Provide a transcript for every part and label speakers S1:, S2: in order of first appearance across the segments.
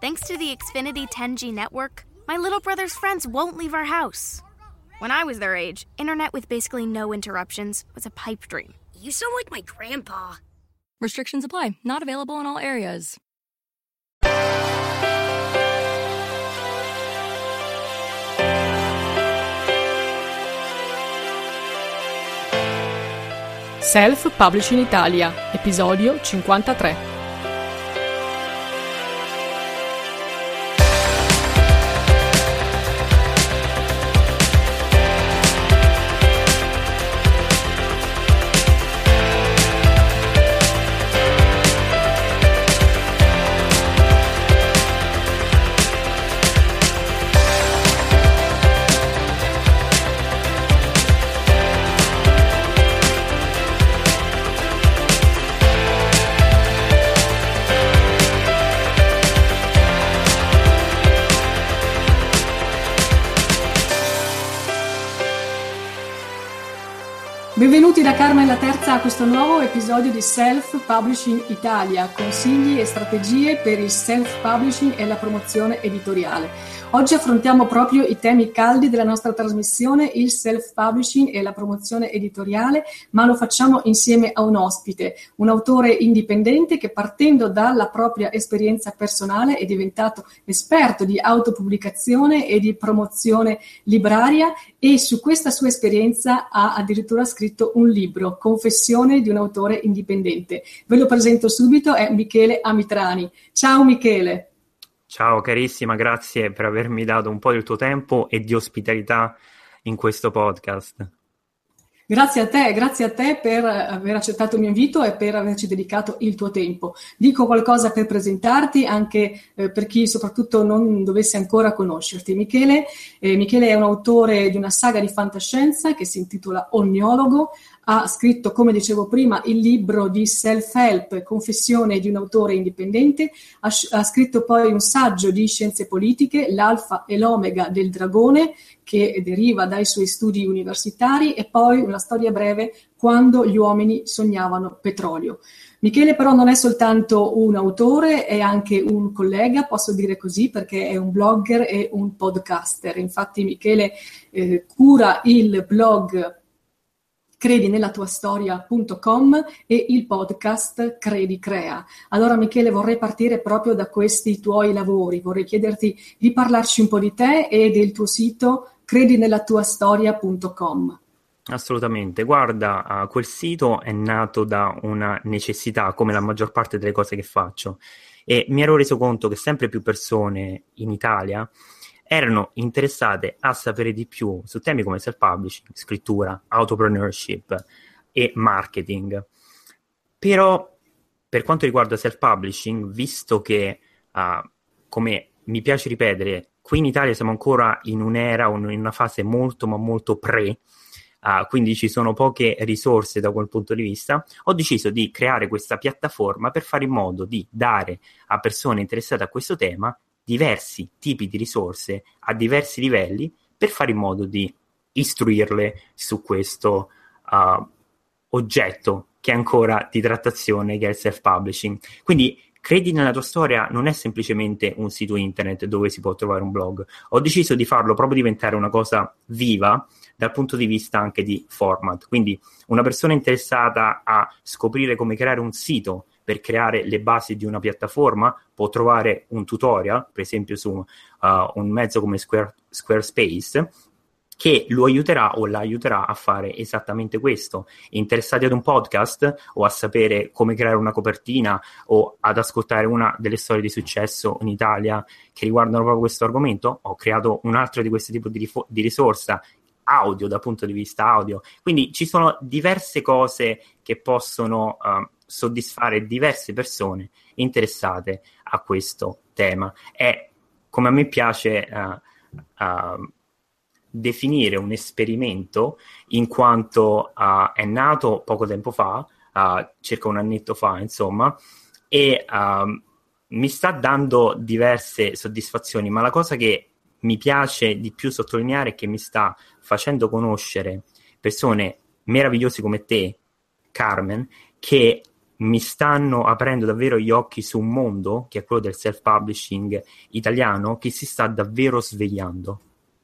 S1: Thanks to the Xfinity 10G network, my little brother's friends won't leave our house. When I was their age, internet with basically no interruptions was a pipe dream.
S2: You sound like my grandpa.
S3: Restrictions apply. Not available in all areas.
S4: Self-Publishing Italia, episodio 53.
S5: Benvenuti da Carmen la Terza a questo nuovo episodio di Self-Publishing Italia, consigli e strategie per il self-publishing e la promozione editoriale. Oggi affrontiamo proprio i temi caldi della nostra trasmissione, il self-publishing e la promozione editoriale, ma lo facciamo insieme a un ospite, un autore indipendente che partendo dalla propria esperienza personale è diventato esperto di autopubblicazione e di promozione libraria e su questa sua esperienza ha addirittura scritto un libro, Confessione di un autore indipendente. Ve lo presento subito, è Michele Amitrani. Ciao Michele.
S6: Ciao carissima, grazie per avermi dato un po' del tuo tempo e di ospitalità in questo podcast.
S5: Grazie a te per aver accettato il mio invito e per averci dedicato il tuo tempo. Dico qualcosa per presentarti anche per chi soprattutto non dovesse ancora conoscerti. Michele è un autore di una saga di fantascienza che si intitola Ognologo. Ha scritto, come dicevo prima, il libro di self-help, Confessione di un autore indipendente, ha scritto poi un saggio di scienze politiche, L'alfa e l'omega del dragone, che deriva dai suoi studi universitari, e poi una storia breve, Quando gli uomini sognavano petrolio. Michele però non è soltanto un autore, è anche un collega, posso dire così, perché è un blogger e un podcaster. Infatti Michele cura il blog credinellatuastoria.com e il podcast Credi Crea. Allora Michele, vorrei partire proprio da questi tuoi lavori, vorrei chiederti di parlarci un po' di te e del tuo sito credinellatuastoria.com.
S6: Assolutamente, guarda, quel sito è nato da una necessità, come la maggior parte delle cose che faccio, e mi ero reso conto che sempre più persone in Italia erano interessate a sapere di più su temi come self-publishing, scrittura, entrepreneurship e marketing. Però, per quanto riguarda self-publishing, visto che, come mi piace ripetere, qui in Italia siamo ancora in un'era, in una fase molto, ma molto quindi ci sono poche risorse da quel punto di vista, ho deciso di creare questa piattaforma per fare in modo di dare a persone interessate a questo tema diversi tipi di risorse a diversi livelli per fare in modo di istruirle su questo oggetto che è ancora di trattazione, che è il self-publishing. Quindi Credi nella tua storia non è semplicemente un sito internet dove si può trovare un blog. Ho deciso di farlo proprio diventare una cosa viva dal punto di vista anche di format. Quindi una persona interessata a scoprire come creare un sito per creare le basi di una piattaforma può trovare un tutorial, per esempio su un mezzo come Squarespace, che lo aiuterà o la aiuterà a fare esattamente questo. Interessati ad un podcast o a sapere come creare una copertina o ad ascoltare una delle storie di successo in Italia che riguardano proprio questo argomento? Ho creato un altro di questo tipo di risorsa audio, dal punto di vista audio. Quindi ci sono diverse cose che possono soddisfare diverse persone interessate a questo tema. E come a me piace definire un esperimento, in quanto è nato poco tempo fa, circa un annetto fa, insomma, e mi sta dando diverse soddisfazioni, ma la cosa che mi piace di più sottolineare è che mi sta facendo conoscere persone meravigliose come te, Carmen, che mi stanno aprendo davvero gli occhi su un mondo, che è quello del self-publishing italiano, che si sta davvero svegliando.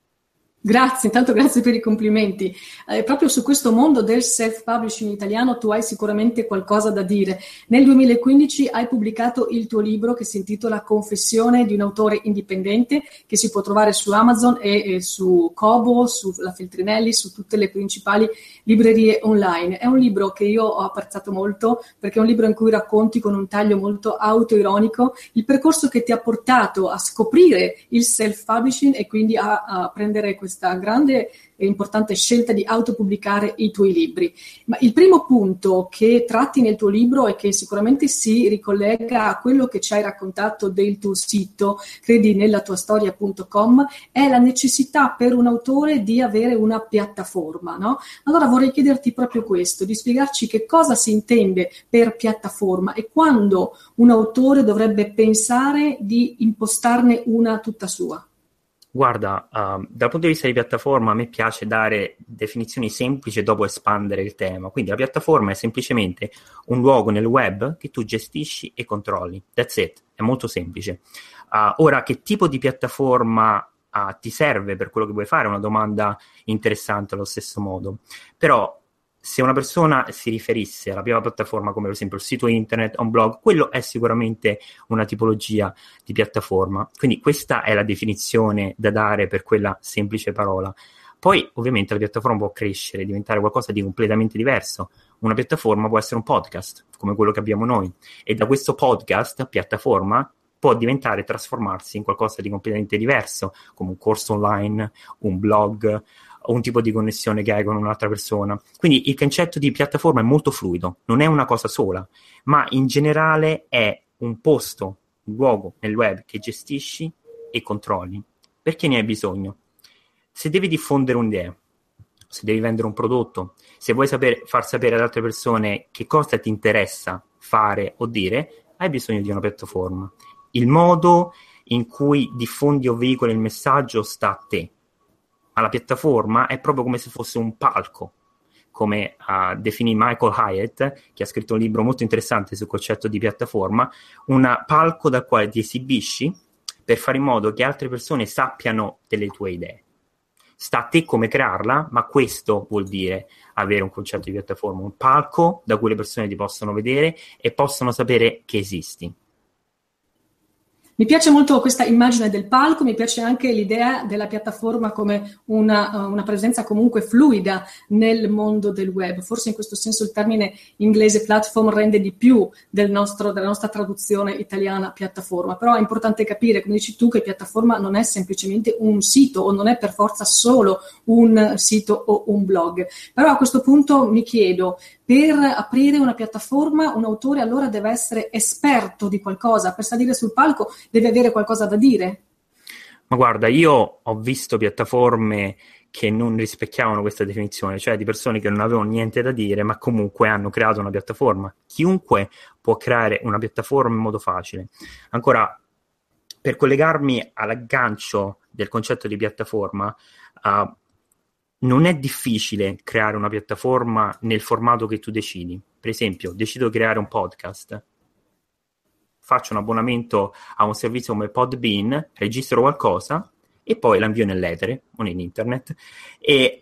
S5: Grazie, intanto grazie per i complimenti. Proprio su questo mondo del self-publishing italiano tu hai sicuramente qualcosa da dire. Nel 2015 hai pubblicato il tuo libro che si intitola Confessione di un autore indipendente, che si può trovare su Amazon e su Kobo, sulla Feltrinelli, su tutte le principali librerie online. È un libro che io ho apprezzato molto perché è un libro in cui racconti con un taglio molto autoironico il percorso che ti ha portato a scoprire il self-publishing e quindi a prendere questa grande e importante scelta di autopubblicare i tuoi libri. Ma il primo punto che tratti nel tuo libro e che sicuramente si ricollega a quello che ci hai raccontato del tuo sito credinellatuastoria.com è la necessità per un autore di avere una piattaforma, no? Allora vorrei chiederti proprio questo, di spiegarci che cosa si intende per piattaforma e quando un autore dovrebbe pensare di impostarne una tutta sua.
S6: Guarda, dal punto di vista di piattaforma a me piace dare definizioni semplici e dopo espandere il tema. Quindi la piattaforma è semplicemente un luogo nel web che tu gestisci e controlli. That's it, è molto semplice. Ora, che tipo di piattaforma ti serve per quello che vuoi fare? È una domanda interessante allo stesso modo. Però se una persona si riferisse alla prima piattaforma come per esempio il sito internet o un blog, quello è sicuramente una tipologia di piattaforma. Quindi questa è la definizione da dare per quella semplice parola. Poi ovviamente la piattaforma può crescere, diventare qualcosa di completamente diverso. Una piattaforma può essere un podcast, come quello che abbiamo noi, e da questo podcast, piattaforma, può diventare, trasformarsi in qualcosa di completamente diverso, come un corso online, un blog, o un tipo di connessione che hai con un'altra persona. Quindi il concetto di piattaforma è molto fluido, non è una cosa sola, ma in generale è un posto, un luogo nel web che gestisci e controlli. Perché ne hai bisogno? Se devi diffondere un'idea, se devi vendere un prodotto, se vuoi far sapere ad altre persone che cosa ti interessa fare o dire, hai bisogno di una piattaforma. Il modo in cui diffondi o veicoli il messaggio sta a te. Ma la piattaforma è proprio come se fosse un palco, come definì Michael Hyatt, che ha scritto un libro molto interessante sul concetto di piattaforma, un palco dal quale ti esibisci per fare in modo che altre persone sappiano delle tue idee. Sta a te come crearla, ma questo vuol dire avere un concetto di piattaforma, un palco da cui le persone ti possono vedere e possono sapere che esisti.
S5: Mi piace molto questa immagine del palco, mi piace anche l'idea della piattaforma come una presenza comunque fluida nel mondo del web. Forse in questo senso il termine inglese platform rende di più della nostra traduzione italiana piattaforma. Però è importante capire, come dici tu, che piattaforma non è semplicemente un sito o non è per forza solo un sito o un blog. Però a questo punto mi chiedo, per aprire una piattaforma un autore allora deve essere esperto di qualcosa, per salire sul palco deve avere qualcosa da dire?
S6: Ma guarda, io ho visto piattaforme che non rispecchiavano questa definizione, cioè di persone che non avevano niente da dire, ma comunque hanno creato una piattaforma. Chiunque può creare una piattaforma in modo facile. Ancora, per collegarmi all'aggancio del concetto di piattaforma, non è difficile creare una piattaforma nel formato che tu decidi. Per esempio, decido di creare un podcast, faccio un abbonamento a un servizio come Podbean, registro qualcosa e poi la invio nell'etere o in internet. E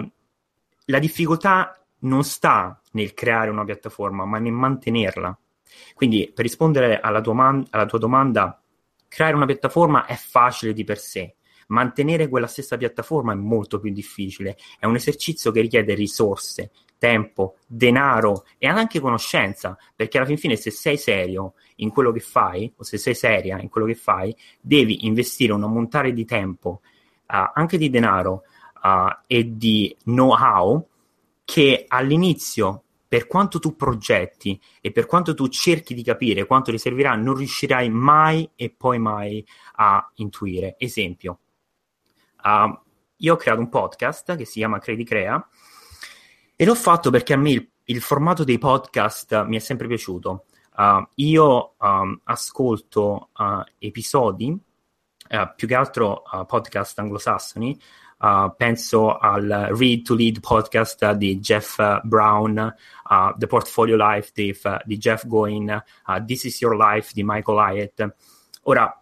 S6: la difficoltà non sta nel creare una piattaforma, ma nel mantenerla. Quindi, per rispondere alla tua domanda, creare una piattaforma è facile di per sé. Mantenere quella stessa piattaforma è molto più difficile. È un esercizio che richiede risorse, tempo, denaro e anche conoscenza, perché alla fine se sei serio in quello che fai, o se sei seria in quello che fai, devi investire un ammontare di tempo, anche di denaro e di know-how che all'inizio, per quanto tu progetti e per quanto tu cerchi di capire quanto ti servirà, non riuscirai mai e poi mai a intuire. Esempio, io ho creato un podcast che si chiama Credi Crea e l'ho fatto perché a me il formato dei podcast mi è sempre piaciuto. Io ascolto episodi, più che altro podcast anglosassoni, penso al Read to Lead podcast di Jeff Brown, The Portfolio Life di Jeff Goin, This is Your Life di Michael Hyatt. Ora,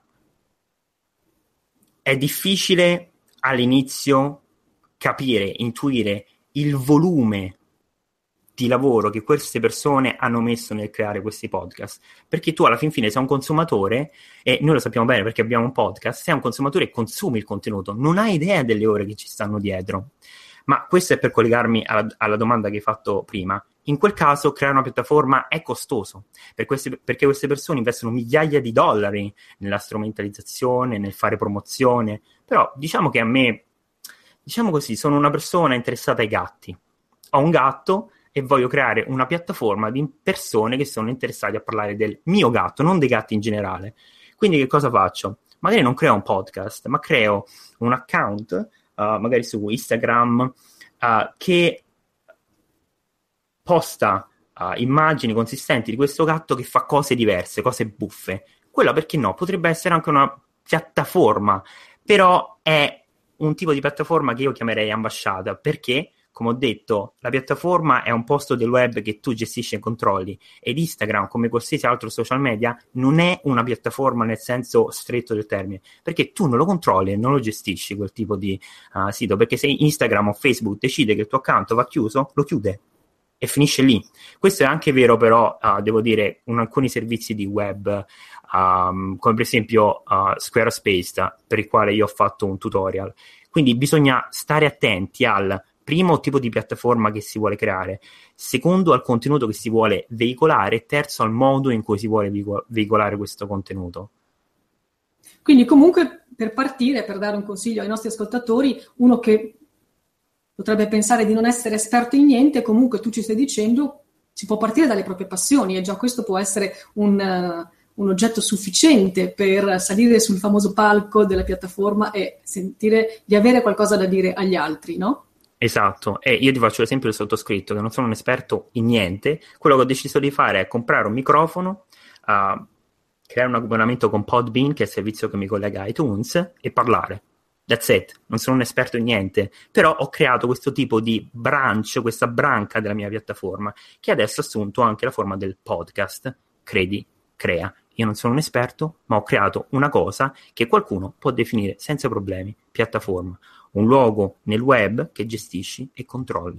S6: è difficile all'inizio capire, intuire il volume di lavoro che queste persone hanno messo nel creare questi podcast, perché tu alla fin fine sei un consumatore, e noi lo sappiamo bene perché abbiamo un podcast, sei un consumatore e consumi il contenuto, non hai idea delle ore che ci stanno dietro. Ma questo è per collegarmi alla domanda che hai fatto prima. In quel caso creare una piattaforma è costoso, perché queste persone investono migliaia di dollari nella strumentalizzazione, nel fare promozione. Però diciamo che a me, diciamo così, sono una persona interessata ai gatti. Ho un gatto e voglio creare una piattaforma di persone che sono interessate a parlare del mio gatto, non dei gatti in generale. Quindi che cosa faccio? Magari non creo un podcast, ma creo un account, magari su Instagram, che posta immagini consistenti di questo gatto che fa cose diverse, cose buffe. Quella, perché no, potrebbe essere anche una piattaforma, però è un tipo di piattaforma che io chiamerei ambasciata, perché, come ho detto, la piattaforma è un posto del web che tu gestisci e controlli, ed Instagram, come qualsiasi altro social media, non è una piattaforma nel senso stretto del termine, perché tu non lo controlli e non lo gestisci quel tipo di sito, perché se Instagram o Facebook decide che il tuo account va chiuso, lo chiude e finisce lì. Questo è anche vero, però devo dire, alcuni servizi di web, come per esempio Squarespace, per il quale io ho fatto un tutorial. Quindi bisogna stare attenti al primo tipo di piattaforma che si vuole creare, secondo al contenuto che si vuole veicolare, terzo al modo in cui si vuole veicolare questo contenuto.
S5: Quindi comunque, per partire, per dare un consiglio ai nostri ascoltatori, uno che potrebbe pensare di non essere esperto in niente, comunque tu ci stai dicendo si può partire dalle proprie passioni, e già questo può essere un oggetto sufficiente per salire sul famoso palco della piattaforma e sentire di avere qualcosa da dire agli altri, no?
S6: Esatto, e io ti faccio l'esempio del sottoscritto, che non sono un esperto in niente. Quello che ho deciso di fare è comprare un microfono, creare un abbonamento con Podbean, che è il servizio che mi collega a iTunes, e parlare. That's it, non sono un esperto in niente, però ho creato questo tipo di branch, questa branca della mia piattaforma, che adesso ha assunto anche la forma del podcast. Credi, crea. Io non sono un esperto, ma ho creato una cosa che qualcuno può definire senza problemi piattaforma. Un luogo nel web che gestisci e controlli.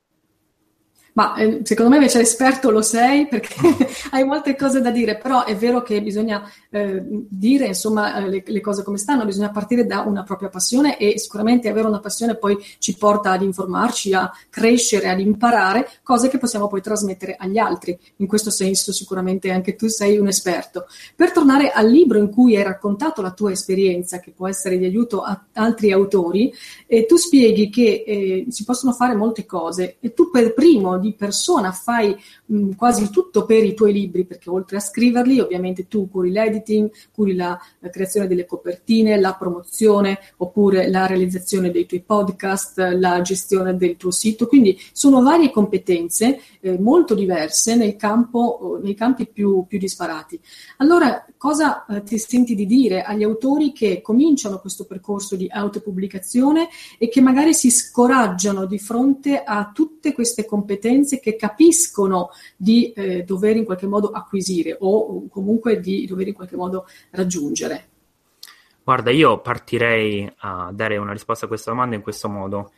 S5: Ma secondo me invece l'esperto lo sei, perché hai molte cose da dire, però è vero che bisogna dire insomma le cose come stanno, bisogna partire da una propria passione, e sicuramente avere una passione poi ci porta ad informarci, a crescere, ad imparare cose che possiamo poi trasmettere agli altri. In questo senso sicuramente anche tu sei un esperto. Per tornare al libro in cui hai raccontato la tua esperienza, che può essere di aiuto a altri autori, tu spieghi che si possono fare molte cose, e tu per primo di persona fai quasi tutto per i tuoi libri, perché oltre a scriverli ovviamente tu curi l'editing, curi la creazione delle copertine, la promozione, oppure la realizzazione dei tuoi podcast, la gestione del tuo sito. Quindi sono varie competenze molto diverse nei campi più disparati. Allora, cosa ti senti di dire agli autori che cominciano questo percorso di autopubblicazione e che magari si scoraggiano di fronte a tutte queste competenze che capiscono di dover in qualche modo acquisire, o comunque di dover in qualche modo raggiungere?
S6: Guarda, io partirei a dare una risposta a questa domanda in questo modo,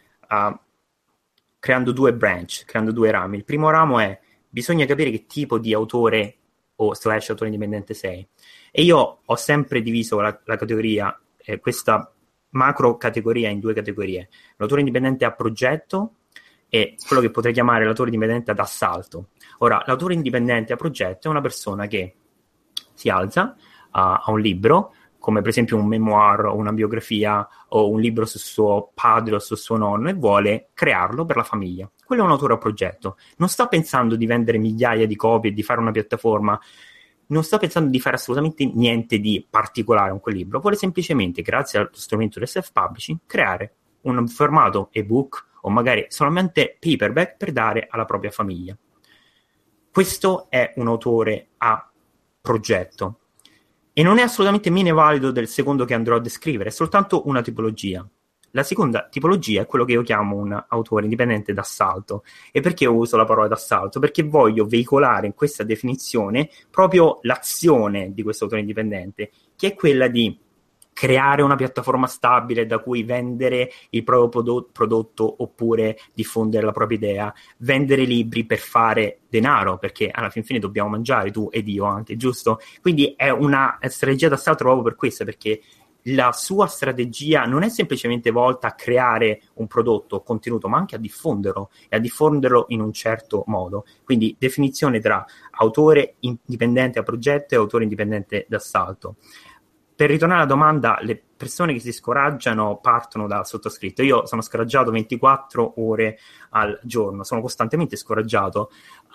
S6: creando due branch, creando due rami. Il primo ramo è: bisogna capire che tipo di autore o / autore indipendente sei. E io ho sempre diviso la categoria, questa macro categoria, in due categorie: l'autore indipendente a progetto e quello che potrei chiamare l'autore indipendente ad assalto. Ora, l'autore indipendente a progetto è una persona che si alza a un libro, come per esempio un memoir o una biografia o un libro su suo padre o su suo nonno, e vuole crearlo per la famiglia. Quello è un autore a progetto. Non sta pensando di vendere migliaia di copie, di fare una piattaforma, non sta pensando di fare assolutamente niente di particolare con quel libro. Vuole semplicemente, grazie allo strumento del self-publishing, creare un formato ebook o magari solamente paperback per dare alla propria famiglia. Questo è un autore a progetto e non è assolutamente meno valido del secondo che andrò a descrivere, è soltanto una tipologia. La seconda tipologia è quello che io chiamo un autore indipendente d'assalto. E perché uso la parola d'assalto? Perché voglio veicolare in questa definizione proprio l'azione di questo autore indipendente, che è quella di creare una piattaforma stabile da cui vendere il proprio prodotto oppure diffondere la propria idea, vendere libri per fare denaro, perché alla fine dobbiamo mangiare, tu ed io anche, giusto? Quindi è una strategia d'assalto proprio per questo, perché la sua strategia non è semplicemente volta a creare un prodotto o contenuto, ma anche a diffonderlo e a diffonderlo in un certo modo. Quindi definizione tra autore indipendente a progetto e autore indipendente d'assalto. Per ritornare alla domanda, le persone che si scoraggiano partono da sottoscritto. Io sono scoraggiato 24 ore al giorno, sono costantemente scoraggiato.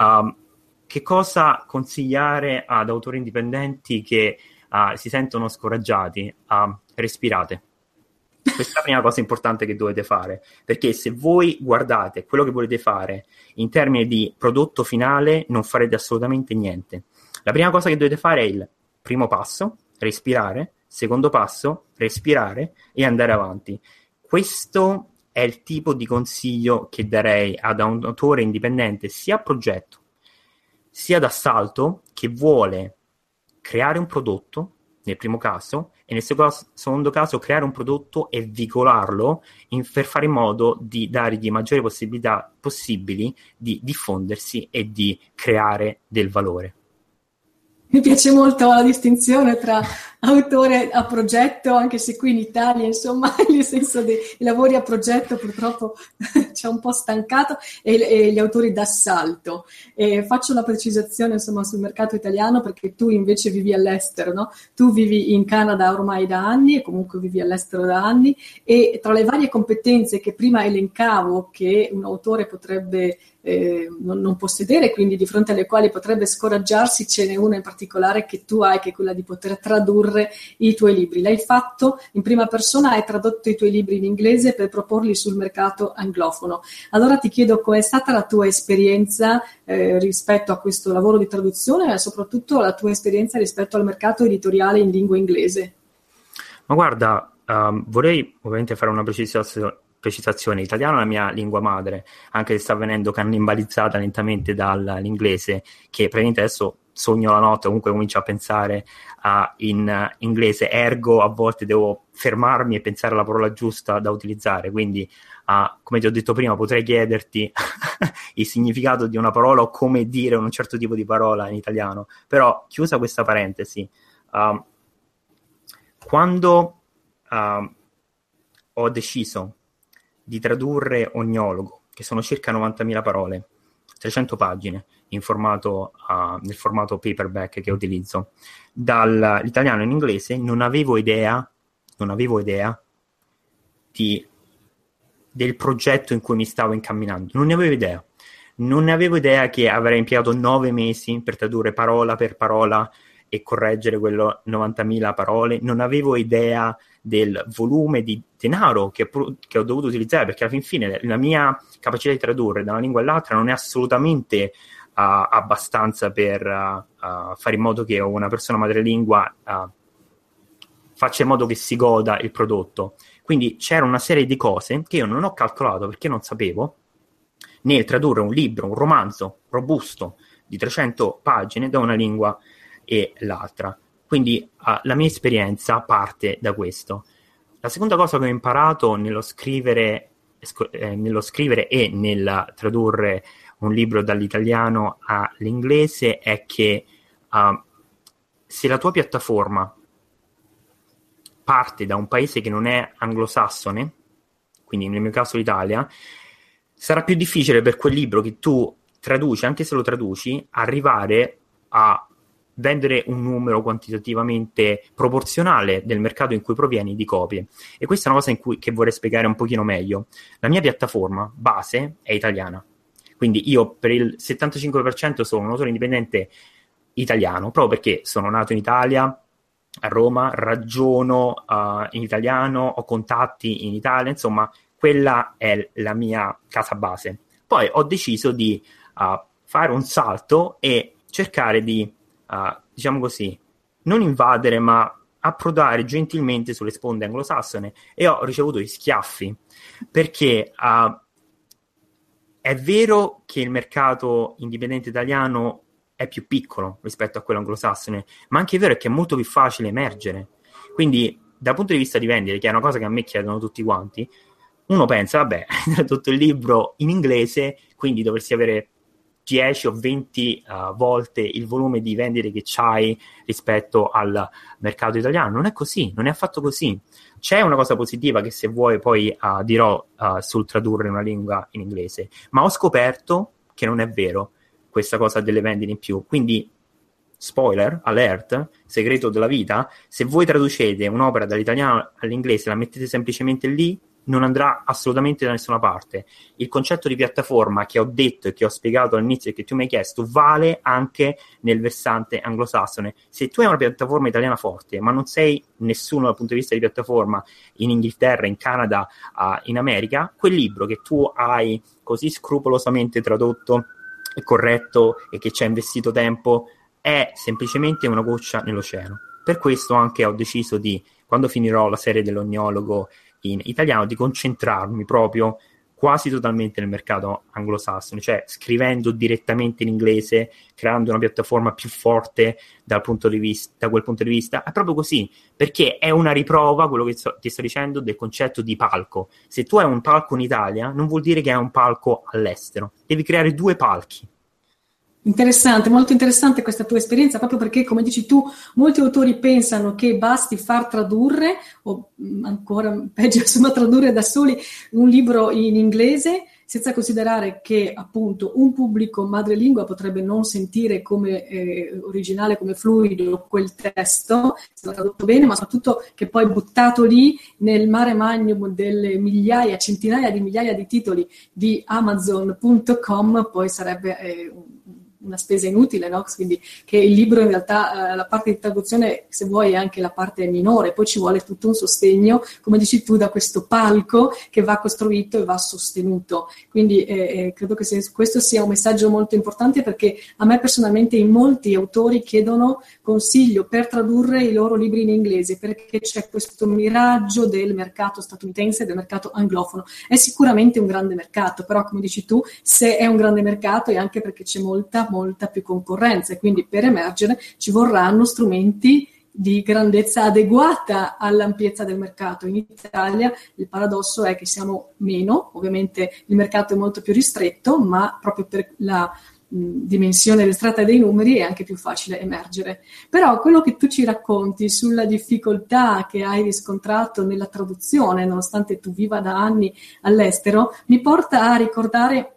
S6: Che cosa consigliare ad autori indipendenti che si sentono scoraggiati? Respirate. Questa è la prima cosa importante che dovete fare, perché se voi guardate quello che volete fare in termini di prodotto finale, non farete assolutamente niente. La prima cosa che dovete fare è il primo passo, respirare. Secondo passo, respirare e andare avanti. Questo è il tipo di consiglio che darei ad un autore indipendente, sia a progetto, sia d'assalto, che vuole creare un prodotto, nel primo caso, e nel secondo caso creare un prodotto e veicolarlo per fare in modo di dargli maggiori possibilità possibili di diffondersi e di creare del valore.
S5: Mi piace molto la distinzione tra autore a progetto, anche se qui in Italia, insomma, nel senso dei lavori a progetto purtroppo ci ha un po' stancato, e gli autori d'assalto. Faccio una precisazione, insomma, sul mercato italiano, perché tu invece vivi all'estero, no? Tu vivi in Canada ormai da anni, e comunque vivi all'estero da anni, e tra le varie competenze che prima elencavo che un autore potrebbe non possedere, quindi di fronte alle quali potrebbe scoraggiarsi, ce n'è una in particolare che tu hai, che è quella di poter tradurre i tuoi libri. L'hai fatto in prima persona, hai tradotto i tuoi libri in inglese per proporli sul mercato anglofono. Allora ti chiedo qual è stata la tua esperienza rispetto a questo lavoro di traduzione, e soprattutto la tua esperienza rispetto al mercato editoriale in lingua inglese.
S6: Ma guarda, vorrei ovviamente fare una precisazione. Italiano è la mia lingua madre, anche se sta venendo cannibalizzata lentamente dall'inglese, che praticamente adesso sogno la notte, comunque comincio a pensare in inglese, ergo a volte devo fermarmi e pensare alla parola giusta da utilizzare, quindi come ti ho detto prima potrei chiederti il significato di una parola o come dire un certo tipo di parola in italiano, però chiusa questa parentesi, quando ho deciso di tradurre Ognologo, che sono circa 90.000 parole, 300 pagine, nel formato paperback che utilizzo, dall'italiano in inglese, non avevo idea del progetto in cui mi stavo incamminando. Non ne avevo idea che avrei impiegato 9 mesi per tradurre parola per parola e correggere quello 90.000 parole. Non avevo idea del volume di denaro che ho dovuto utilizzare, perché alla fine la mia capacità di tradurre da una lingua all'altra non è assolutamente abbastanza per fare in modo che una persona madrelingua faccia in modo che si goda il prodotto. Quindi c'era una serie di cose che io non ho calcolato perché non sapevo nel tradurre un libro, un romanzo robusto di 300 pagine da una lingua e l'altra. Quindi la mia esperienza parte da questo. La seconda cosa che ho imparato nello scrivere e nel tradurre un libro dall'italiano all'inglese è che se la tua piattaforma parte da un paese che non è anglosassone, quindi nel mio caso l'Italia, sarà più difficile per quel libro che tu traduci, anche se lo traduci, arrivare a vendere un numero quantitativamente proporzionale del mercato in cui provieni di copie. E questa è una cosa che vorrei spiegare un pochino meglio. La mia piattaforma base è italiana, quindi io per il 75% sono un autore indipendente italiano, proprio perché sono nato in Italia, a Roma, ragiono in italiano, ho contatti in Italia, insomma quella è la mia casa base. Poi ho deciso di fare un salto e cercare di diciamo così, non invadere, ma approdare gentilmente sulle sponde anglosassone, e ho ricevuto gli schiaffi, perché è vero che il mercato indipendente italiano è più piccolo rispetto a quello anglosassone, ma anche è vero che è molto più facile emergere. Quindi, dal punto di vista di vendere, che è una cosa che a me chiedono tutti quanti, uno pensa, vabbè, hai tradotto il libro in inglese, quindi dovresti avere 10 o 20 volte il volume di vendite che c'hai rispetto al mercato italiano. Non è così, non è affatto così. C'è una cosa positiva che, se vuoi, poi dirò sul tradurre una lingua in inglese, ma ho scoperto che non è vero questa cosa delle vendite in più. Quindi, spoiler, alert, segreto della vita, se voi traducete un'opera dall'italiano all'inglese e la mettete semplicemente lì, non andrà assolutamente da nessuna parte. Il concetto di piattaforma che ho detto e che ho spiegato all'inizio e che tu mi hai chiesto vale anche nel versante anglosassone. Se tu hai una piattaforma italiana forte, ma non sei nessuno dal punto di vista di piattaforma in Inghilterra, in Canada, in America, quel libro che tu hai così scrupolosamente tradotto e corretto e che ci ha investito tempo è semplicemente una goccia nell'oceano. Per questo anche ho deciso di, quando finirò la serie dell'ognologo in italiano, di concentrarmi proprio quasi totalmente nel mercato anglosassone, cioè scrivendo direttamente in inglese, creando una piattaforma più forte da quel punto di vista. È proprio così, perché è una riprova, quello che ti sto dicendo, del concetto di palco. Se tu hai un palco in Italia, non vuol dire che hai un palco all'estero, devi creare 2 palchi.
S5: Interessante, molto interessante questa tua esperienza, proprio perché, come dici tu, molti autori pensano che basti far tradurre, o ancora peggio, insomma, tradurre da soli un libro in inglese, senza considerare che, appunto, un pubblico madrelingua potrebbe non sentire come originale, come fluido quel testo, se l'ha tradotto bene, ma soprattutto che poi buttato lì nel mare magnum delle migliaia, centinaia di migliaia di titoli di Amazon.com, poi sarebbe una spesa inutile, no? Quindi che il libro, in realtà, la parte di traduzione, se vuoi, è anche la parte minore, poi ci vuole tutto un sostegno, come dici tu, da questo palco che va costruito e va sostenuto. Quindi credo che questo sia un messaggio molto importante, perché a me personalmente in molti autori chiedono consiglio per tradurre i loro libri in inglese, perché c'è questo miraggio del mercato statunitense, del mercato anglofono. È sicuramente un grande mercato, però, come dici tu, se è un grande mercato è anche perché c'è molta più concorrenza, e quindi per emergere ci vorranno strumenti di grandezza adeguata all'ampiezza del mercato. In Italia il paradosso è che siamo meno, ovviamente il mercato è molto più ristretto, ma proprio per la dimensione ristretta dei numeri è anche più facile emergere. Però quello che tu ci racconti sulla difficoltà che hai riscontrato nella traduzione, nonostante tu viva da anni all'estero, mi porta a ricordare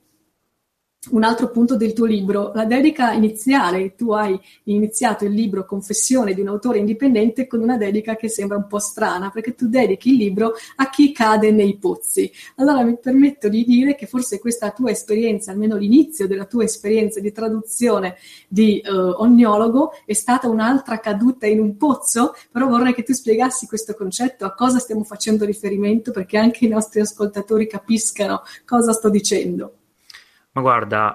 S5: un altro punto del tuo libro, la dedica iniziale. Tu hai iniziato il libro Confessione di un autore indipendente con una dedica che sembra un po' strana, perché tu dedichi il libro a chi cade nei pozzi. Allora mi permetto di dire che forse questa tua esperienza, almeno l'inizio della tua esperienza di traduzione di Ognologo, è stata un'altra caduta in un pozzo, però vorrei che tu spiegassi questo concetto, a cosa stiamo facendo riferimento, perché anche i nostri ascoltatori capiscano cosa sto dicendo.
S6: Ma guarda,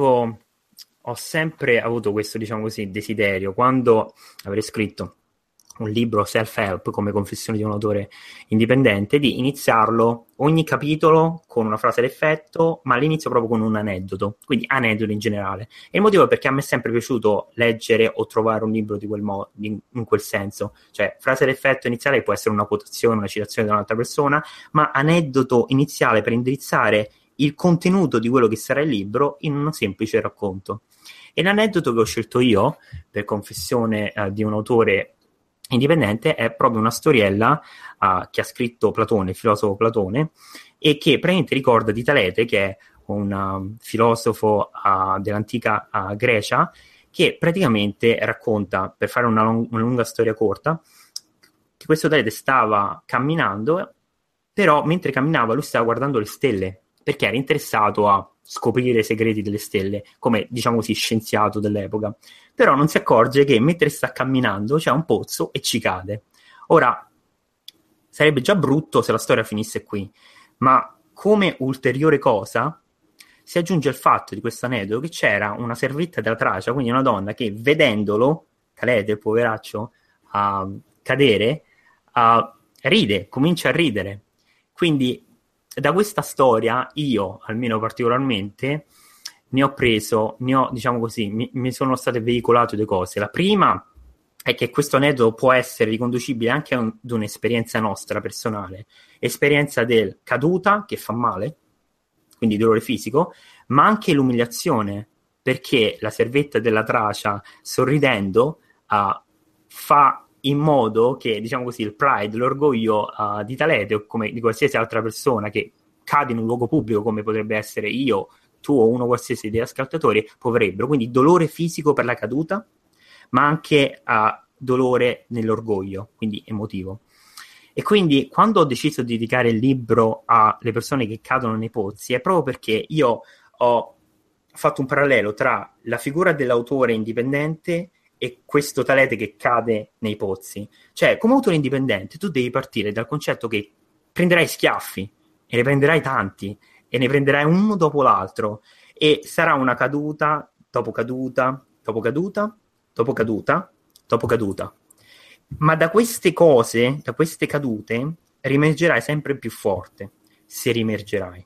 S6: ho sempre avuto questo, diciamo così, desiderio, quando avrei scritto un libro self-help come Confessioni di un autore indipendente, di iniziarlo ogni capitolo con una frase d'effetto, ma all'inizio proprio con un aneddoto, quindi aneddoti in generale. E il motivo è perché a me è sempre piaciuto leggere o trovare un libro di quel modo, in quel senso, cioè frase d'effetto iniziale può essere una quotazione, una citazione da un'altra persona, ma aneddoto iniziale per indirizzare il contenuto di quello che sarà il libro in un semplice racconto. E l'aneddoto che ho scelto io per Confessione di un autore indipendente è proprio una storiella che ha scritto Platone, il filosofo Platone, e che praticamente ricorda di Talete, che è un filosofo dell'antica Grecia, che praticamente racconta, per fare una lunga storia corta, che questo Talete stava camminando, però mentre camminava lui stava guardando le stelle, perché era interessato a scoprire i segreti delle stelle, come, diciamo così, scienziato dell'epoca. Però non si accorge che mentre sta camminando c'è un pozzo e ci cade. Ora, sarebbe già brutto se la storia finisse qui, ma come ulteriore cosa si aggiunge il fatto di questo aneddoto che c'era una servitta della Tracia, quindi una donna che, vedendolo, Talete, il poveraccio, cadere, comincia a ridere. Quindi da questa storia io, almeno particolarmente, diciamo così, mi sono state veicolate due cose. La prima è che questo aneddoto può essere riconducibile anche ad un'esperienza nostra personale, esperienza del caduta che fa male, quindi dolore fisico, ma anche l'umiliazione, perché la servetta della Tracia, sorridendo, fa in modo che, diciamo così, il pride, l'orgoglio di Talete o come di qualsiasi altra persona che cade in un luogo pubblico, come potrebbe essere io, tu o uno qualsiasi degli ascoltatori, potrebbero. Quindi dolore fisico per la caduta, ma anche dolore nell'orgoglio, quindi emotivo. E quindi quando ho deciso di dedicare il libro alle persone che cadono nei pozzi, è proprio perché io ho fatto un parallelo tra la figura dell'autore indipendente e questo Talete che cade nei pozzi. Cioè, come autore indipendente, tu devi partire dal concetto che prenderai schiaffi, e ne prenderai tanti, e ne prenderai uno dopo l'altro, e sarà una caduta, dopo caduta, dopo caduta, dopo caduta, dopo caduta. Ma da queste cose, da queste cadute, riemergerai sempre più forte, se riemergerai.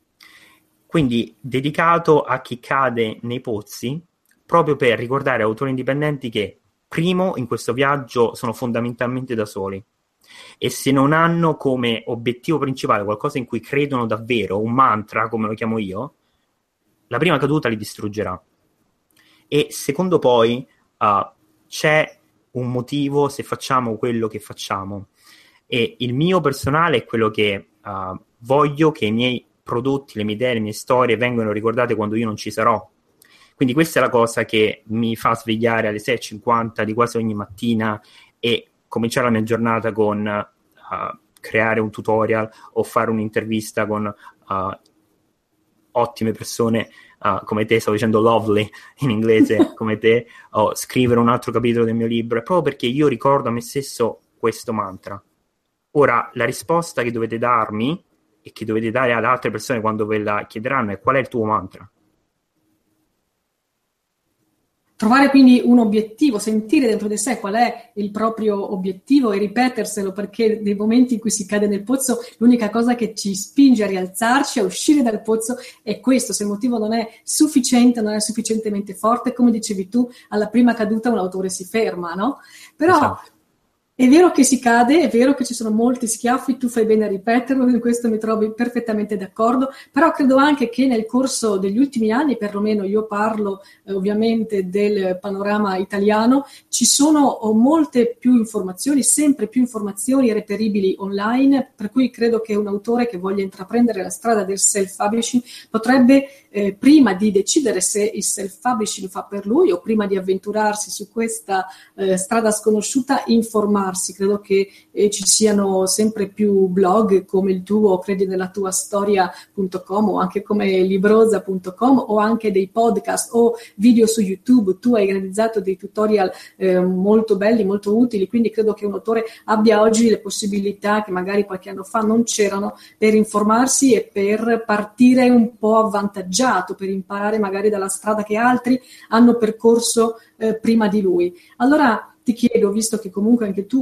S6: Quindi dedicato a chi cade nei pozzi, proprio per ricordare autori indipendenti che, primo, in questo viaggio sono fondamentalmente da soli, e se non hanno come obiettivo principale qualcosa in cui credono davvero, un mantra, come lo chiamo io, la prima caduta li distruggerà. E secondo poi c'è un motivo se facciamo quello che facciamo, e il mio personale è quello che voglio che i miei prodotti, le mie idee, le mie storie vengano ricordate quando io non ci sarò. Quindi questa è la cosa che mi fa svegliare alle 6:50 di quasi ogni mattina e cominciare la mia giornata con creare un tutorial o fare un'intervista con ottime persone come te, stavo dicendo lovely in inglese, come te, o scrivere un altro capitolo del mio libro, è proprio perché io ricordo a me stesso questo mantra. Ora, la risposta che dovete darmi e che dovete dare ad altre persone quando ve la chiederanno è: qual è il tuo mantra?
S5: Trovare quindi un obiettivo, sentire dentro di sé qual è il proprio obiettivo e ripeterselo, perché nei momenti in cui si cade nel pozzo l'unica cosa che ci spinge a rialzarci, a uscire dal pozzo è questo. Se il motivo non è sufficiente, non è sufficientemente forte, come dicevi tu, alla prima caduta un autore si ferma, no? Però
S6: esatto.
S5: È vero che si cade, è vero che ci sono molti schiaffi, tu fai bene a ripeterlo, in questo mi trovi perfettamente d'accordo, però credo anche che nel corso degli ultimi anni, perlomeno io parlo ovviamente del panorama italiano, ci sono molte più informazioni, sempre più informazioni reperibili online, per cui credo che un autore che voglia intraprendere la strada del self-publishing potrebbe, prima di decidere se il self-publishing fa per lui o prima di avventurarsi su questa strada sconosciuta, informarsi. Credo che ci siano sempre più blog come il tuo, credi nella tua storia.com o anche come libroza.com o anche dei podcast o video su YouTube. Tu hai realizzato dei tutorial molto belli, molto utili, quindi credo che un autore abbia oggi le possibilità che magari qualche anno fa non c'erano per informarsi e per partire un po' avvantaggiato, per imparare magari dalla strada che altri hanno percorso prima di lui. Allora ti chiedo, visto che comunque anche tu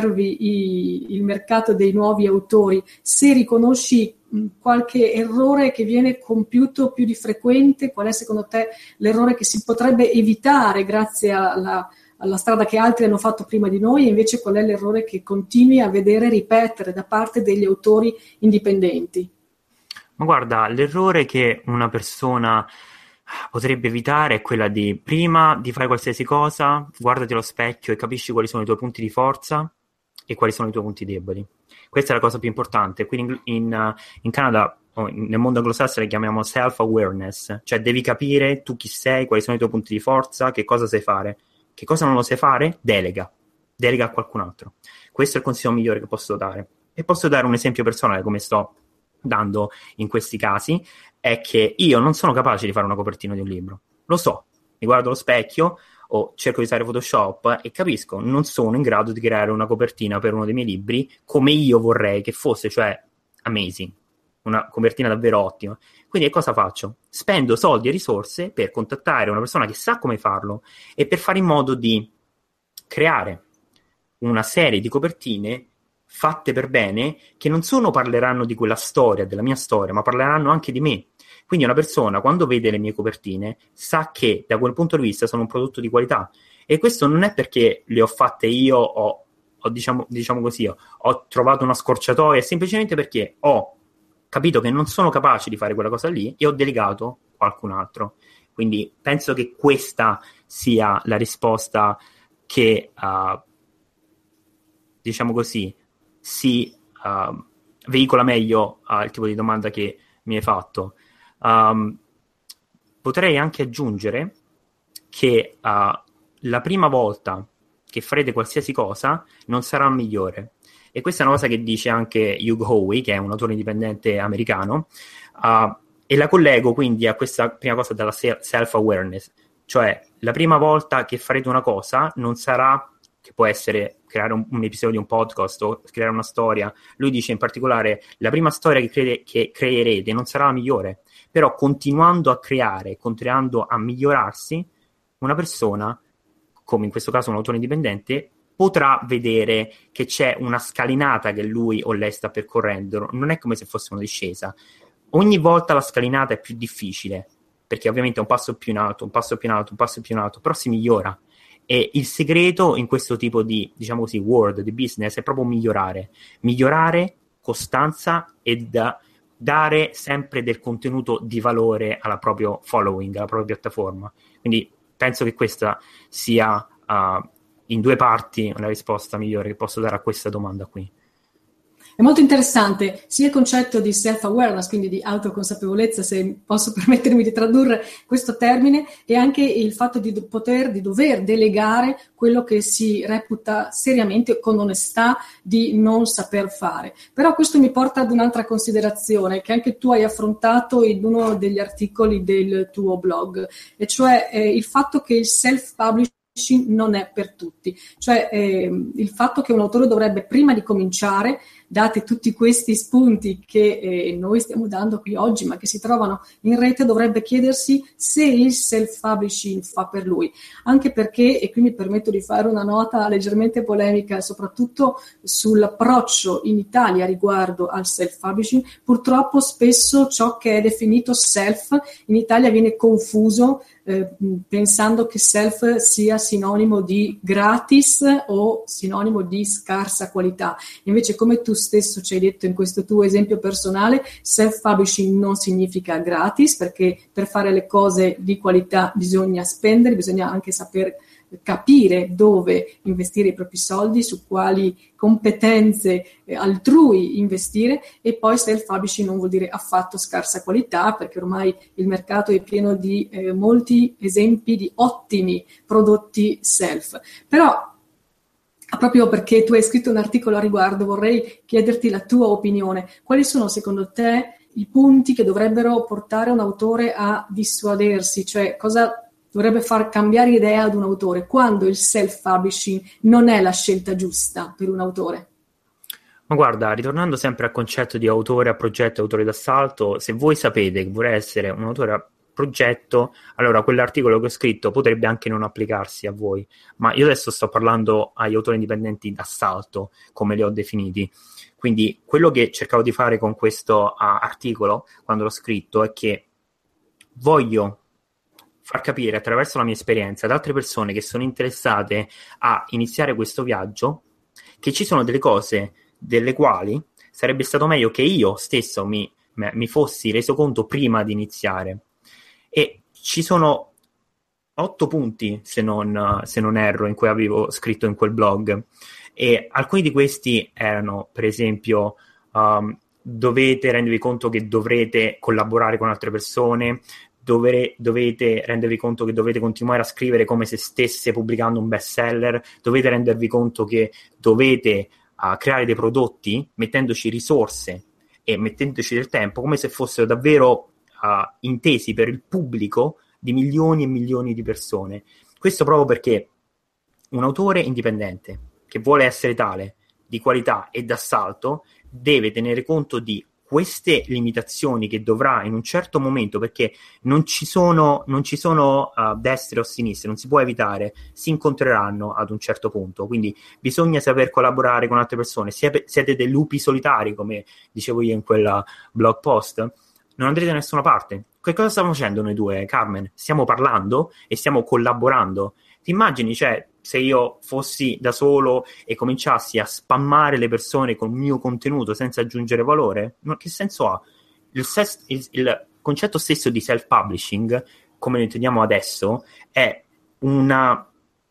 S5: osservi il mercato dei nuovi autori, se riconosci qualche errore che viene compiuto più di frequente, qual è secondo te l'errore che si potrebbe evitare grazie alla strada che altri hanno fatto prima di noi, e invece qual è l'errore che continui a vedere ripetere da parte degli autori indipendenti?
S6: Ma guarda, l'errore che una persona potrebbe evitare è quella di, prima di fare qualsiasi cosa, guardati allo specchio e capisci quali sono i tuoi punti di forza e quali sono i tuoi punti deboli. Questa è la cosa più importante. Quindi in Canada, nel mondo anglosassone, chiamiamo self-awareness, cioè devi capire tu chi sei, quali sono i tuoi punti di forza, che cosa sai fare. Che cosa non lo sai fare? Delega a qualcun altro. Questo è il consiglio migliore che posso dare. E posso dare un esempio personale, come sto dando in questi casi, è che io non sono capace di fare una copertina di un libro. Lo so, mi guardo allo specchio o cerco di usare Photoshop e capisco, non sono in grado di creare una copertina per uno dei miei libri come io vorrei che fosse, cioè amazing, una copertina davvero ottima. Quindi che cosa faccio? Spendo soldi e risorse per contattare una persona che sa come farlo e per fare in modo di creare una serie di copertine fatte per bene, che non solo parleranno di quella storia, della mia storia, ma parleranno anche di me. Quindi una persona, quando vede le mie copertine, sa che da quel punto di vista sono un prodotto di qualità. E questo non è perché le ho fatte io, ho diciamo così, ho trovato una scorciatoia, è semplicemente perché ho capito che non sono capace di fare quella cosa lì e ho delegato qualcun altro. Quindi penso che questa sia la risposta che, diciamo così, si veicola meglio il tipo di domanda che mi hai fatto. Potrei anche aggiungere che la prima volta che farete qualsiasi cosa non sarà migliore. E questa è una cosa che dice anche Hugh Howey, che è un autore indipendente americano, e la collego quindi a questa prima cosa della self-awareness. Cioè, la prima volta che farete una cosa non sarà, che può essere creare un episodio di un podcast o creare una storia. Lui dice in particolare, la prima storia che creerete non sarà la migliore, però continuando a creare, continuando a migliorarsi, una persona, come in questo caso un autore indipendente, potrà vedere che c'è una scalinata che lui o lei sta percorrendo. Non è come se fosse una discesa. Ogni volta la scalinata è più difficile, perché ovviamente è un passo più in alto, un passo più in alto, un passo più in alto, però si migliora. E il segreto in questo tipo di, diciamo così, world, di business, è proprio migliorare, costanza e dare sempre del contenuto di valore alla propria following, alla propria piattaforma. Quindi penso che questa sia in due parti la risposta migliore che posso dare a questa domanda qui.
S5: È molto interessante sia il concetto di self-awareness, quindi di autoconsapevolezza, se posso permettermi di tradurre questo termine, e anche il fatto di dover delegare quello che si reputa seriamente, con onestà, di non saper fare. Però questo mi porta ad un'altra considerazione che anche tu hai affrontato in uno degli articoli del tuo blog, e cioè il fatto che il self-publishing non è per tutti, cioè il fatto che un autore dovrebbe, prima di cominciare, date tutti questi spunti che noi stiamo dando qui oggi, ma che si trovano in rete, dovrebbe chiedersi se il self-publishing fa per lui. Anche perché, e qui mi permetto di fare una nota leggermente polemica, soprattutto sull'approccio in Italia riguardo al self-publishing, purtroppo spesso ciò che è definito self in Italia viene confuso pensando che self sia sinonimo di gratis o sinonimo di scarsa qualità. Invece, come tu stesso ci hai detto in questo tuo esempio personale, self-publishing non significa gratis, perché per fare le cose di qualità bisogna spendere, bisogna anche saper capire dove investire i propri soldi, su quali competenze altrui investire, e poi self-publishing non vuol dire affatto scarsa qualità, perché ormai il mercato è pieno di molti esempi di ottimi prodotti self. Però, proprio perché tu hai scritto un articolo a riguardo, vorrei chiederti la tua opinione. Quali sono secondo te i punti che dovrebbero portare un autore a dissuadersi? Cioè, cosa dovrebbe far cambiare idea ad un autore quando il self-publishing non è la scelta giusta per un autore?
S6: Ma guarda, ritornando sempre al concetto di autore a progetto e autore d'assalto, se voi sapete che vorrei essere un autore a progetto, allora quell'articolo che ho scritto potrebbe anche non applicarsi a voi, ma io adesso sto parlando agli autori indipendenti d'assalto, come li ho definiti. Quindi quello che cercavo di fare con questo articolo, quando l'ho scritto, è che voglio far capire attraverso la mia esperienza ad altre persone che sono interessate a iniziare questo viaggio che ci sono delle cose delle quali sarebbe stato meglio che io stesso mi fossi reso conto prima di iniziare. E ci sono 8 punti, se non erro, in cui avevo scritto in quel blog, e alcuni di questi erano, per esempio, dovete rendervi conto che dovrete collaborare con altre persone, dovete rendervi conto che dovete continuare a scrivere come se stesse pubblicando un bestseller, dovete rendervi conto che dovete creare dei prodotti mettendoci risorse e mettendoci del tempo come se fossero davvero intesi per il pubblico di milioni e milioni di persone. Questo proprio perché un autore indipendente che vuole essere tale, di qualità e d'assalto, deve tenere conto di queste limitazioni che dovrà in un certo momento, perché non ci sono destre o sinistre, non si può evitare, si incontreranno ad un certo punto, quindi bisogna saper collaborare con altre persone. Siete dei lupi solitari, come dicevo io in quella blog post, non andrete da nessuna parte. Che cosa stiamo facendo noi due, Carmen? Stiamo parlando e stiamo collaborando. Ti immagini, cioè, se io fossi da solo e cominciassi a spammare le persone con il mio contenuto senza aggiungere valore? Che senso ha? Il concetto stesso di self-publishing, come lo intendiamo adesso, è una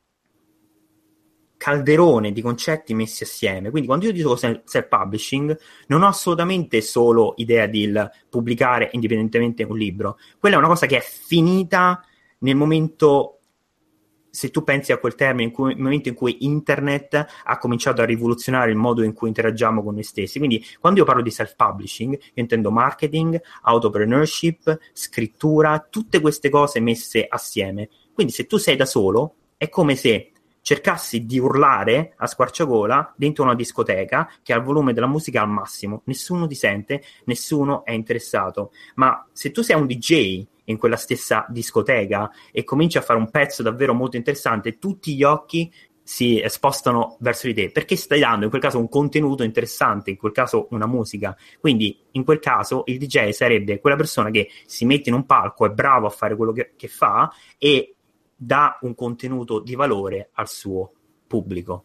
S6: calderone di concetti messi assieme. Quindi quando io dico self-publishing non ho assolutamente solo idea di pubblicare indipendentemente un libro. Quella è una cosa che è finita nel momento, se tu pensi a quel termine, nel momento in cui internet ha cominciato a rivoluzionare il modo in cui interagiamo con noi stessi. Quindi quando io parlo di self-publishing, io intendo marketing, entrepreneurship, scrittura, tutte queste cose messe assieme. Quindi se tu sei da solo, è come se cercassi di urlare a squarciagola dentro una discoteca che ha il volume della musica al massimo. Nessuno ti sente, nessuno è interessato. Ma se tu sei un DJ in quella stessa discoteca e cominci a fare un pezzo davvero molto interessante, tutti gli occhi si spostano verso di te, perché stai dando in quel caso un contenuto interessante, in quel caso una musica. Quindi in quel caso il DJ sarebbe quella persona che si mette in un palco, è bravo a fare quello che fa e dà un contenuto di valore al suo pubblico.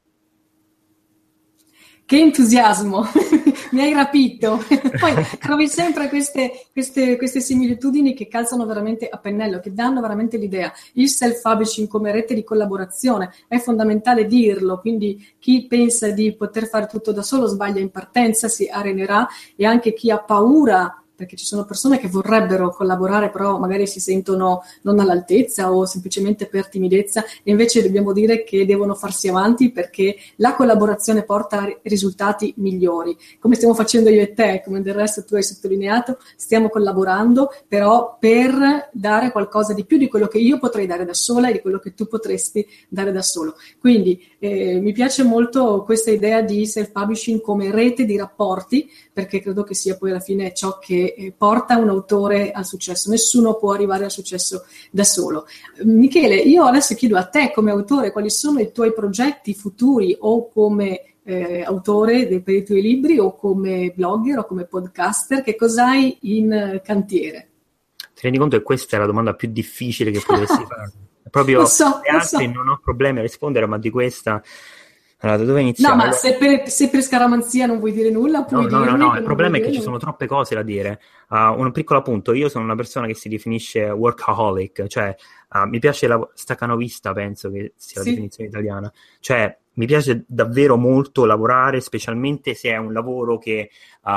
S5: Che entusiasmo! Mi hai rapito. Poi trovi sempre queste similitudini che calzano veramente a pennello, che danno veramente l'idea. Il self-publishing come rete di collaborazione è fondamentale dirlo, quindi chi pensa di poter fare tutto da solo sbaglia in partenza, si arenerà, e anche chi ha paura, perché ci sono persone che vorrebbero collaborare però magari si sentono non all'altezza o semplicemente per timidezza, e invece dobbiamo dire che devono farsi avanti perché la collaborazione porta a risultati migliori. Come stiamo facendo io e te, come del resto tu hai sottolineato, stiamo collaborando però per dare qualcosa di più di quello che io potrei dare da sola e di quello che tu potresti dare da solo. Quindi mi piace molto questa idea di self-publishing come rete di rapporti, perché credo che sia poi alla fine ciò che porta un autore al successo. Nessuno può arrivare al successo da solo. Michele, io adesso chiedo a te come autore quali sono i tuoi progetti futuri, o come autore per i tuoi libri, o come blogger o come podcaster, che cosa hai in cantiere?
S6: Ti rendi conto che questa è la domanda più difficile che potresti fare? Proprio
S5: lo so.
S6: Non ho problemi a rispondere, ma di questa... Allora, da dove iniziare?
S5: No, ma se per scaramanzia non vuoi dire nulla, puoi dirmi.
S6: No, il problema è che ci sono troppe cose da dire. Un piccolo appunto, io sono una persona che si definisce workaholic, cioè mi piace la staccanovista, penso che sia la definizione italiana, cioè mi piace davvero molto lavorare, specialmente se è un lavoro che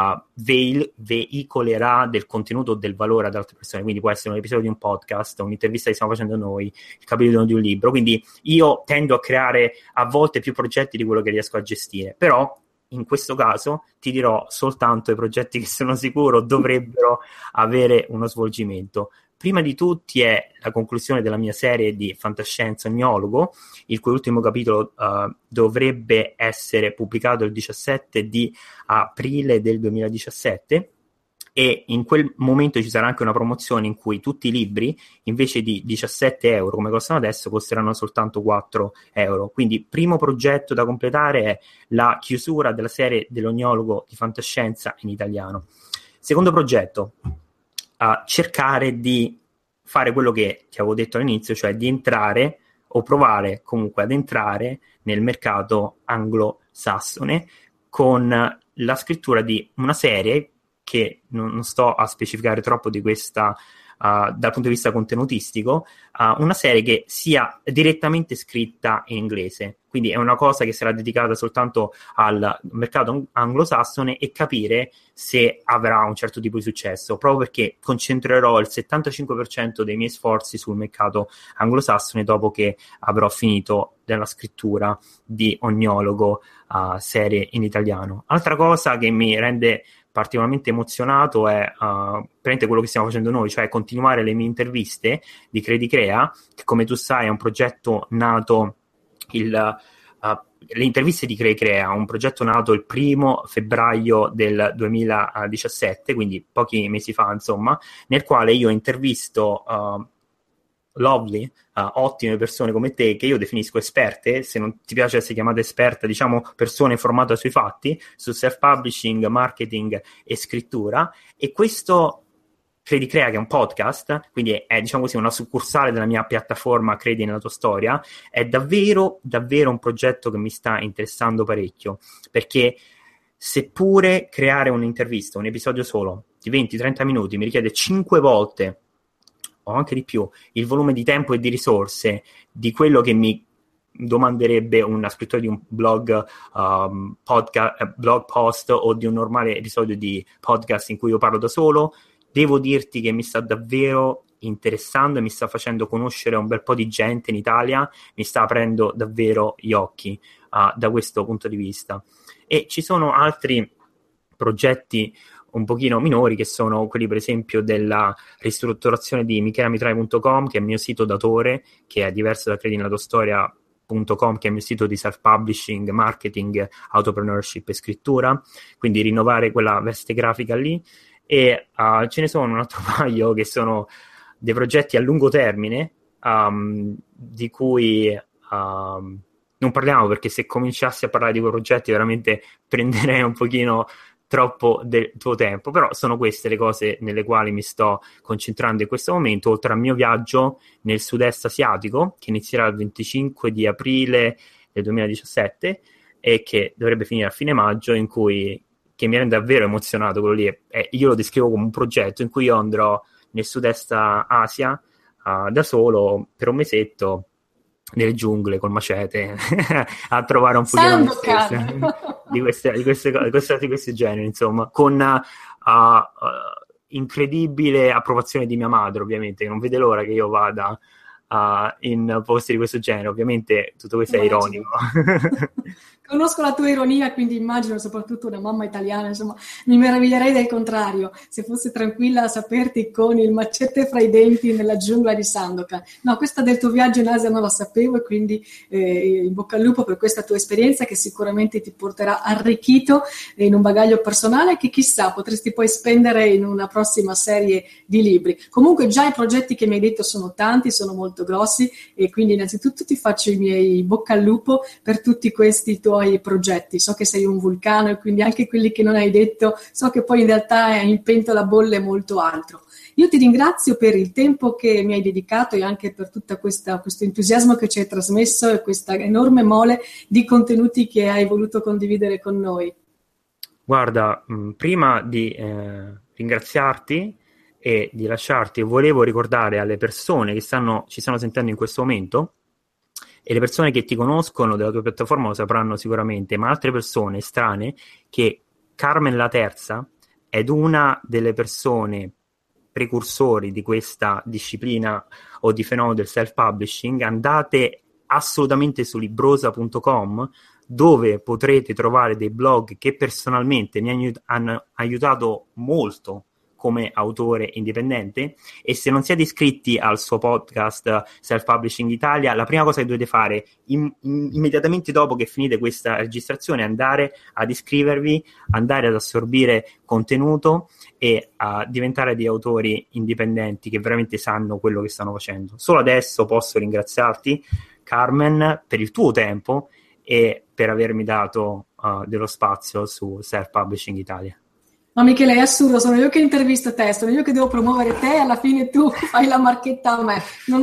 S6: veicolerà del contenuto o del valore ad altre persone. Quindi può essere un episodio di un podcast, un'intervista che stiamo facendo noi, il capitolo di un libro. Quindi io tendo a creare a volte più progetti di quello che riesco a gestire, però in questo caso ti dirò soltanto i progetti che sono sicuro dovrebbero avere uno svolgimento. Prima di tutti è la conclusione della mia serie di fantascienza Ognologo, il cui ultimo capitolo dovrebbe essere pubblicato il 17 di aprile del 2017, e in quel momento ci sarà anche una promozione in cui tutti i libri, invece di 17 euro come costano adesso, costeranno soltanto 4 euro. Quindi primo progetto da completare è la chiusura della serie dell'Ognologo di fantascienza in italiano. Secondo progetto, cercare di fare quello che ti avevo detto all'inizio, cioè di entrare o provare comunque ad entrare nel mercato anglosassone con la scrittura di una serie che non sto a specificare troppo di questa dal punto di vista contenutistico, una serie che sia direttamente scritta in inglese. Quindi è una cosa che sarà dedicata soltanto al mercato anglosassone, e capire se avrà un certo tipo di successo, proprio perché concentrerò il 75% dei miei sforzi sul mercato anglosassone dopo che avrò finito della scrittura di Ognologo, serie in italiano. Altra cosa che mi rende particolarmente emozionato è praticamente quello che stiamo facendo noi, cioè continuare le mie interviste di Credi Crea, che come tu sai è un progetto nato le interviste di Crea, un progetto nato il 1 febbraio del 2017, quindi pochi mesi fa, insomma, nel quale io intervisto lovely, ottime persone come te, che io definisco esperte, se non ti piace essere chiamata esperta, diciamo persone informate sui fatti, su self-publishing, marketing e scrittura, e questo Credi Crea, che è un podcast, quindi è diciamo così una succursale della mia piattaforma Credi nella tua storia, è davvero un progetto che mi sta interessando parecchio, perché seppure creare un'intervista, un episodio solo di 20-30 minuti mi richiede 5 volte o anche di più il volume di tempo e di risorse di quello che mi domanderebbe una scrittura di un blog, blog post o di un normale episodio di podcast in cui io parlo da solo, devo dirti che mi sta davvero interessando e mi sta facendo conoscere un bel po' di gente in Italia, mi sta aprendo davvero gli occhi da questo punto di vista. E ci sono altri progetti un pochino minori, che sono quelli per esempio della ristrutturazione di michelamitrai.com, che è il mio sito d'autore, che è diverso da Credi nella tua storia.com, che è il mio sito di self-publishing, marketing, entrepreneurship e scrittura, quindi rinnovare quella veste grafica lì. E ce ne sono un altro paio che sono dei progetti a lungo termine, di cui non parliamo, perché se cominciassi a parlare di quei progetti veramente prenderei un pochino troppo del tuo tempo, però sono queste le cose nelle quali mi sto concentrando in questo momento, oltre al mio viaggio nel sud-est asiatico, che inizierà il 25 di aprile del 2017 e che dovrebbe finire a fine maggio, che mi rende davvero emozionato quello lì. Io lo descrivo come un progetto in cui io andrò nel sud-est Asia da solo per un mesetto nelle giungle col macete a trovare un pochino di questi generi, insomma, con incredibile approvazione di mia madre, ovviamente, che non vede l'ora che io vada in posti di questo genere. Ovviamente tutto questo è ironico.
S5: Conosco la tua ironia, quindi immagino, soprattutto una mamma italiana, insomma, mi meraviglierei del contrario, se fosse tranquilla a saperti con il macete fra i denti nella giungla di Sandokan. No, questa del tuo viaggio in Asia non la sapevo, e quindi in bocca al lupo per questa tua esperienza, che sicuramente ti porterà arricchito in un bagaglio personale che chissà potresti poi spendere in una prossima serie di libri. Comunque già i progetti che mi hai detto sono tanti, sono molto grossi, e quindi innanzitutto ti faccio i miei bocca al lupo per tutti questi tuoi progetti. So che sei un vulcano, e quindi anche quelli che non hai detto, so che poi in realtà in pentola bolle molto altro. Io ti ringrazio per il tempo che mi hai dedicato e anche per tutto questo entusiasmo che ci hai trasmesso e questa enorme mole di contenuti che hai voluto condividere con noi.
S6: Guarda, prima di ringraziarti e di lasciarti, volevo ricordare alle persone che ci stanno sentendo in questo momento, e le persone che ti conoscono della tua piattaforma lo sapranno sicuramente, ma altre persone strane, che Carmen la Terza è una delle persone precursori di questa disciplina o di fenomeno del self-publishing. Andate assolutamente su librosa.com, dove potrete trovare dei blog che personalmente mi hanno aiutato molto come autore indipendente. E se non siete iscritti al suo podcast Self Publishing Italia, la prima cosa che dovete fare immediatamente dopo che finite questa registrazione è andare ad iscrivervi, andare ad assorbire contenuto e a diventare dei autori indipendenti che veramente sanno quello che stanno facendo. Solo adesso posso ringraziarti, Carmen, per il tuo tempo e per avermi dato dello spazio su Self Publishing Italia.
S5: Ma Michele, è assurdo, sono io che intervisto te, sono io che devo promuovere te, alla fine tu fai la marchetta a me,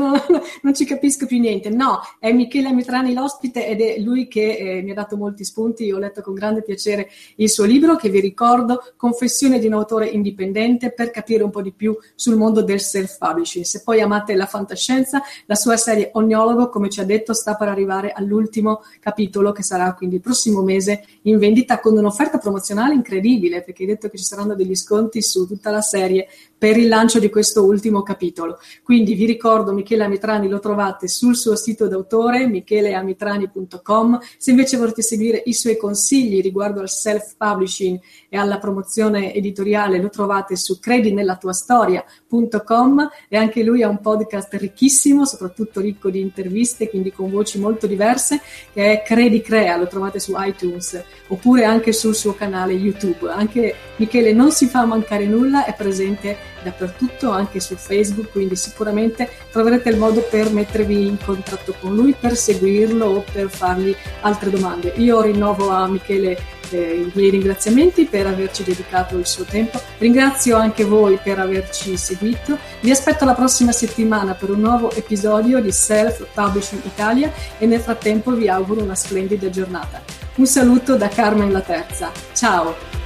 S5: non ci capisco più niente. No, è Michele Mitrani l'ospite, ed è lui che mi ha dato molti spunti. Io ho letto con grande piacere il suo libro, che vi ricordo, Confessione di un autore indipendente, per capire un po' di più sul mondo del self-publishing. Se poi amate la fantascienza, la sua serie Ognologo, come ci ha detto, sta per arrivare all'ultimo capitolo, che sarà quindi il prossimo mese in vendita, con un'offerta promozionale incredibile, perché hai detto che ci saranno degli sconti su tutta la serie per il lancio di questo ultimo capitolo. Quindi vi ricordo, Michele Amitrani lo trovate sul suo sito d'autore, micheleamitrani.com. Se invece volete seguire i suoi consigli riguardo al self-publishing e alla promozione editoriale, lo trovate su credinellatuastoria.com, e anche lui ha un podcast ricchissimo, soprattutto ricco di interviste, quindi con voci molto diverse, che è Credi Crea, lo trovate su iTunes oppure anche sul suo canale YouTube. Anche Michele non si fa mancare nulla, è presente dappertutto, anche su Facebook, quindi sicuramente troverete il modo per mettervi in contatto con lui, per seguirlo o per fargli altre domande. Io rinnovo a Michele i miei ringraziamenti per averci dedicato il suo tempo. Ringrazio anche voi per averci seguito. Vi aspetto la prossima settimana per un nuovo episodio di Self Publishing Italia e nel frattempo vi auguro una splendida giornata. Un saluto da Carmen La Terza. Ciao!